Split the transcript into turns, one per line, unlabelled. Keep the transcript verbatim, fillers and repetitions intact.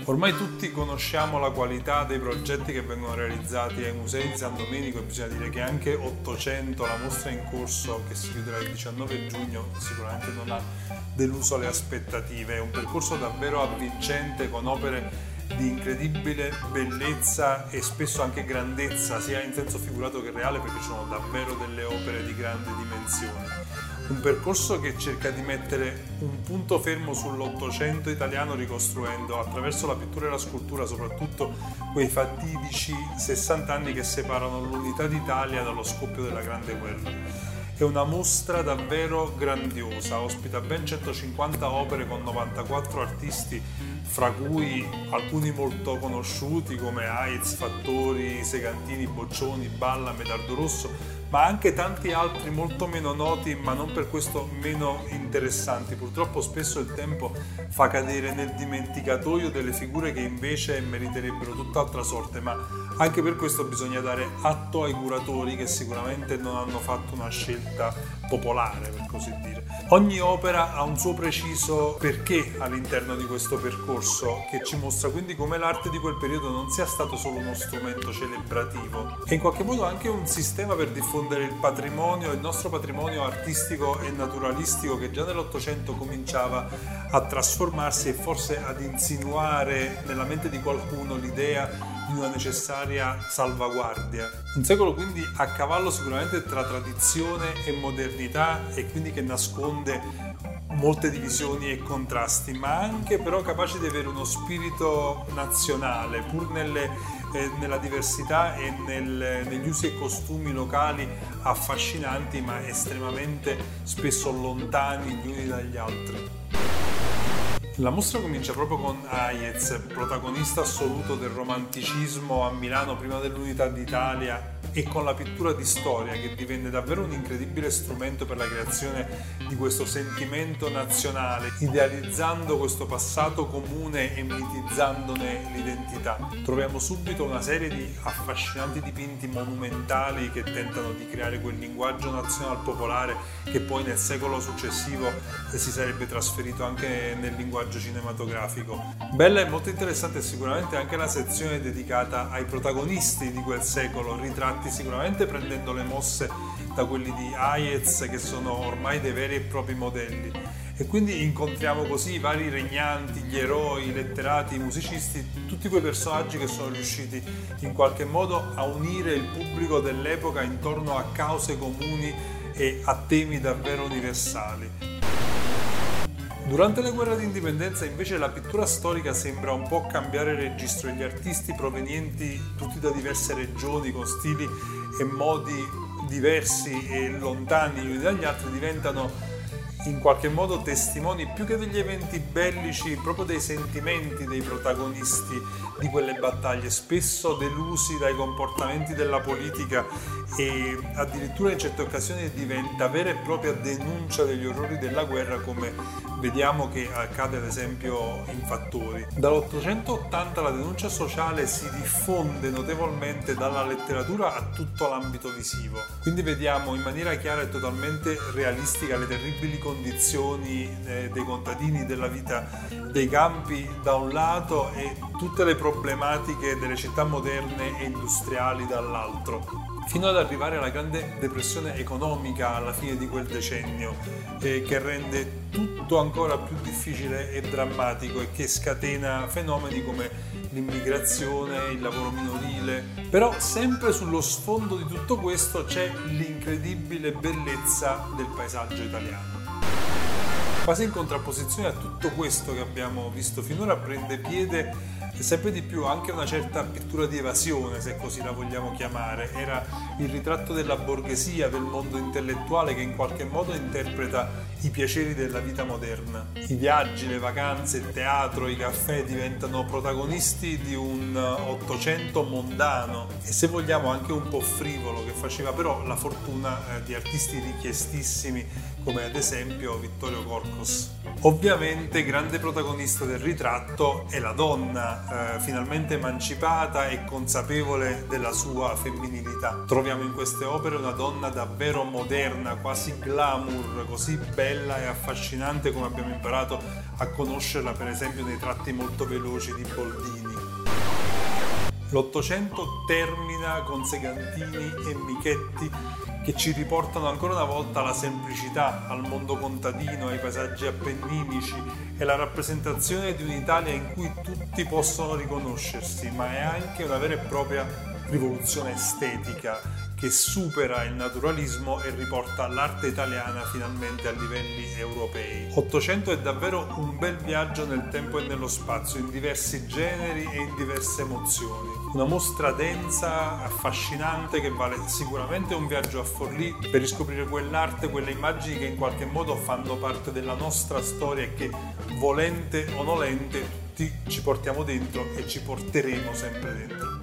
Ormai tutti conosciamo la qualità dei progetti che vengono realizzati ai musei di San Domenico e bisogna dire che anche ottocento, la mostra in corso che si chiuderà il diciannove giugno, sicuramente non ha deluso le aspettative. È un percorso davvero avvincente con opere di incredibile bellezza e spesso anche grandezza, sia in senso figurato che reale, perché ci sono davvero delle opere di grande dimensione. Un percorso che cerca di mettere un punto fermo sull'Ottocento italiano, ricostruendo attraverso la pittura e la scultura soprattutto quei fatidici sessanta anni che separano l'unità d'Italia dallo scoppio della Grande Guerra. È una mostra davvero grandiosa, ospita ben centocinquanta opere con novantaquattro artisti, fra cui alcuni molto conosciuti come Aiz, Fattori, Segantini, Boccioni, Balla, Medardo Rosso, ma anche tanti altri molto meno noti, ma non per questo meno interessanti. Purtroppo spesso il tempo fa cadere nel dimenticatoio delle figure che invece meriterebbero tutt'altra sorte, ma anche per questo bisogna dare atto ai curatori che sicuramente non hanno fatto una scelta popolare, per così dire. Ogni opera ha un suo preciso perché all'interno di questo percorso, che ci mostra quindi come l'arte di quel periodo non sia stato solo uno strumento celebrativo e in qualche modo anche un sistema per diffondere il patrimonio, il nostro patrimonio artistico e naturalistico, che già nell'Ottocento cominciava a trasformarsi e forse ad insinuare nella mente di qualcuno l'idea di una necessaria salvaguardia. Un secolo quindi a cavallo sicuramente tra tradizione e modernità, e quindi che nasconde molte divisioni e contrasti, ma anche però capace di avere uno spirito nazionale, pur nelle, eh, nella diversità e nel, negli usi e costumi locali affascinanti, ma estremamente spesso lontani gli uni dagli altri. La mostra comincia proprio con Aiz, protagonista assoluto del romanticismo a Milano prima dell'Unità d'Italia, e con la pittura di storia, che divenne davvero un incredibile strumento per la creazione di questo sentimento nazionale, idealizzando questo passato comune e mitizzandone l'identità. Troviamo subito una serie di affascinanti dipinti monumentali che tentano di creare quel linguaggio nazional popolare che poi nel secolo successivo si sarebbe trasferito anche nel linguaggio cinematografico. Bella e molto interessante sicuramente anche la sezione dedicata ai protagonisti di quel secolo, ritratti sicuramente prendendo le mosse da quelli di Aiz, che sono ormai dei veri e propri modelli, e quindi incontriamo così i vari regnanti, gli eroi, i letterati, i musicisti, tutti quei personaggi che sono riusciti in qualche modo a unire il pubblico dell'epoca intorno a cause comuni e a temi davvero universali. Durante le guerre d'indipendenza invece la pittura storica sembra un po' cambiare registro e gli artisti provenienti tutti da diverse regioni con stili e modi diversi e lontani gli uni dagli altri diventano in qualche modo testimoni più che degli eventi bellici, proprio dei sentimenti dei protagonisti di quelle battaglie, spesso delusi dai comportamenti della politica, e addirittura in certe occasioni diventa vera e propria denuncia degli orrori della guerra, come vediamo che accade ad esempio in Fattori. Dall'ottocentottanta la denuncia sociale si diffonde notevolmente dalla letteratura a tutto l'ambito visivo, quindi vediamo in maniera chiara e totalmente realistica le terribili condizioni eh, dei contadini, della vita dei campi da un lato e tutte le problematiche delle città moderne e industriali dall'altro, fino ad arrivare alla grande depressione economica alla fine di quel decennio, eh, che rende tutto ancora più difficile e drammatico e che scatena fenomeni come l'immigrazione, il lavoro minorile. Però sempre sullo sfondo di tutto questo c'è l'incredibile bellezza del paesaggio italiano. Quasi in contrapposizione a tutto questo che abbiamo visto finora prende piede sempre di più anche una certa pittura di evasione, se così la vogliamo chiamare. Era il ritratto della borghesia, del mondo intellettuale, che in qualche modo interpreta i piaceri della vita moderna. I viaggi, le vacanze, il teatro, i caffè diventano protagonisti di un Ottocento mondano e, se vogliamo, anche un po' frivolo, che faceva però la fortuna eh, di artisti richiestissimi come ad esempio Vittorio Corcos. Ovviamente grande protagonista del ritratto è la donna, eh, finalmente emancipata e consapevole della sua femminilità. Troviamo in queste opere una donna davvero moderna, quasi glamour, così bella bella e affascinante come abbiamo imparato a conoscerla per esempio nei tratti molto veloci di Boldini. L'Ottocento termina con Segantini e Michetti che ci riportano ancora una volta alla semplicità, al mondo contadino, ai paesaggi appenninici e la rappresentazione di un'Italia in cui tutti possono riconoscersi, ma è anche una vera e propria rivoluzione estetica che supera il naturalismo e riporta l'arte italiana finalmente a livelli europei. Ottocento è davvero un bel viaggio nel tempo e nello spazio, in diversi generi e in diverse emozioni. Una mostra densa, affascinante, che vale sicuramente un viaggio a Forlì per riscoprire quell'arte, quelle immagini che in qualche modo fanno parte della nostra storia e che, volente o nolente, tutti ci portiamo dentro e ci porteremo sempre dentro.